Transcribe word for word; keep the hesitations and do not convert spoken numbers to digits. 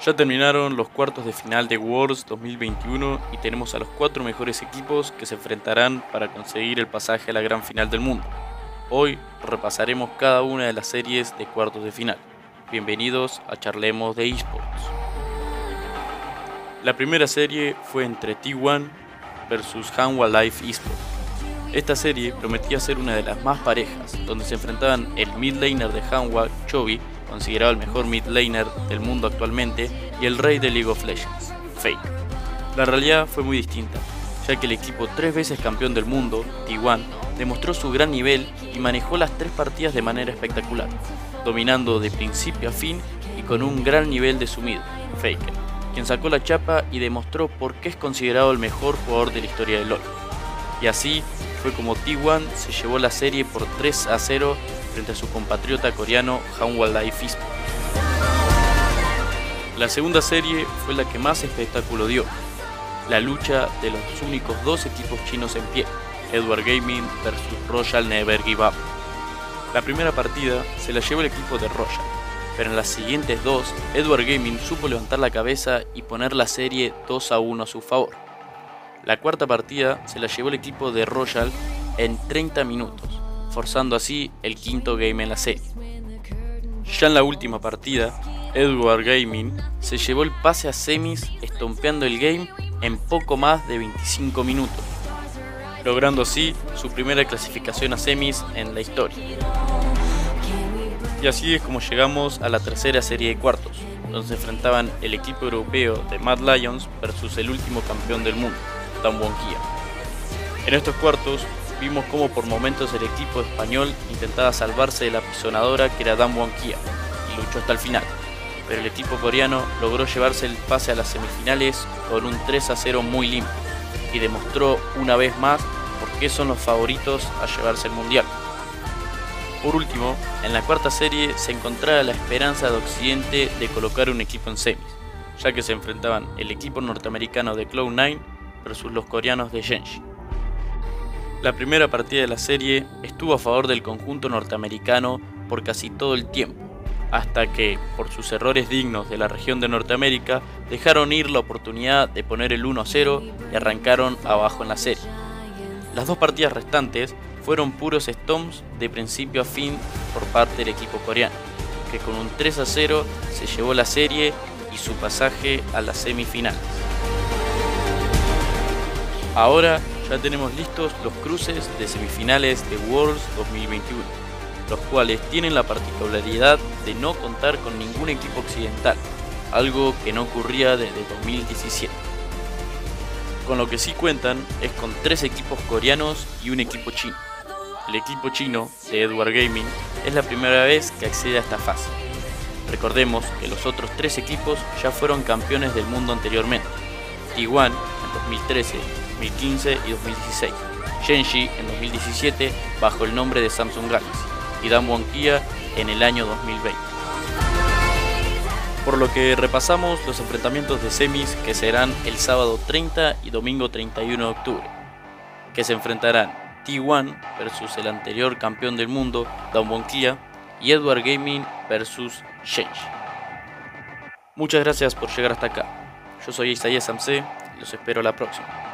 Ya terminaron los cuartos de final de Worlds dos mil veintiuno y tenemos a los cuatro mejores equipos que se enfrentarán para conseguir el pasaje a la gran final del mundo. Hoy repasaremos cada una de las series de cuartos de final. Bienvenidos a Charlemos de eSports. La primera serie fue entre T uno versus Hanwha Live eSports. Esta serie prometía ser una de las más parejas, donde se enfrentaban el mid laner de Hanwha, Chovy, considerado el mejor mid laner del mundo actualmente, y el rey de League of Legends, Fake. La realidad fue muy distinta, ya que el equipo tres veces campeón del mundo, T uno, demostró su gran nivel y manejó las tres partidas de manera espectacular, dominando de principio a fin y con un gran nivel de su mid, Faker, quien sacó la chapa y demostró por qué es considerado el mejor jugador de la historia de LoL. Y así fue como T uno se llevó la serie por tres a cero frente a su compatriota coreano Hanwha Live eSports. La segunda serie fue la que más espectáculo dio, la lucha de los únicos dos equipos chinos en pie, Edward Gaming versus Royal Never Give Up. La primera partida se la llevó el equipo de Royal, pero en las siguientes dos, Edward Gaming supo levantar la cabeza y poner la serie dos a uno a su favor. La cuarta partida se la llevó el equipo de Royal en treinta minutos, forzando así el quinto game en la serie. Ya en la última partida, Edward Gaming se llevó el pase a semis estompeando el game en poco más de veinticinco minutos, logrando así su primera clasificación a semis en la historia. Y así es como llegamos a la tercera serie de cuartos, donde se enfrentaban el equipo europeo de Mad Lions versus el último campeón del mundo, Damwon Kia. En estos cuartos vimos cómo por momentos el equipo español intentaba salvarse de la pisonadora que era Damwon Kia y luchó hasta el final, pero el equipo coreano logró llevarse el pase a las semifinales con un tres a cero muy limpio y demostró una vez más por qué son los favoritos a llevarse el mundial. Por último, en la cuarta serie se encontraba la esperanza de Occidente de colocar un equipo en semis, ya que se enfrentaban el equipo norteamericano de Cloud nine versus los coreanos de Genji. La primera partida de la serie estuvo a favor del conjunto norteamericano por casi todo el tiempo, hasta que, por sus errores dignos de la región de Norteamérica, dejaron ir la oportunidad de poner el uno a cero y arrancaron abajo en la serie. Las dos partidas restantes fueron puros stomps de principio a fin por parte del equipo coreano, que con un tres a cero se llevó la serie y su pasaje a las semifinales. Ahora ya tenemos listos los cruces de semifinales de Worlds dos mil veintiuno, los cuales tienen la particularidad de no contar con ningún equipo occidental, algo que no ocurría desde dos mil diecisiete. Con lo que sí cuentan es con tres equipos coreanos y un equipo chino. El equipo chino de Edward Gaming es la primera vez que accede a esta fase. Recordemos que los otros tres equipos ya fueron campeones del mundo anteriormente: T uno en dos mil trece, dos mil quince y dos mil dieciséis, Genji en dos mil diecisiete bajo el nombre de Samsung Galaxy y Damwon Kia en el año dos mil veinte. Por lo que repasamos los enfrentamientos de semis que serán el sábado treinta y domingo treinta y uno de octubre, que se enfrentarán T uno versus el anterior campeón del mundo, Damwon Kia, y Edward Gaming versus Genji. Muchas gracias por llegar hasta acá. Yo soy Isaías Samse y los espero la próxima.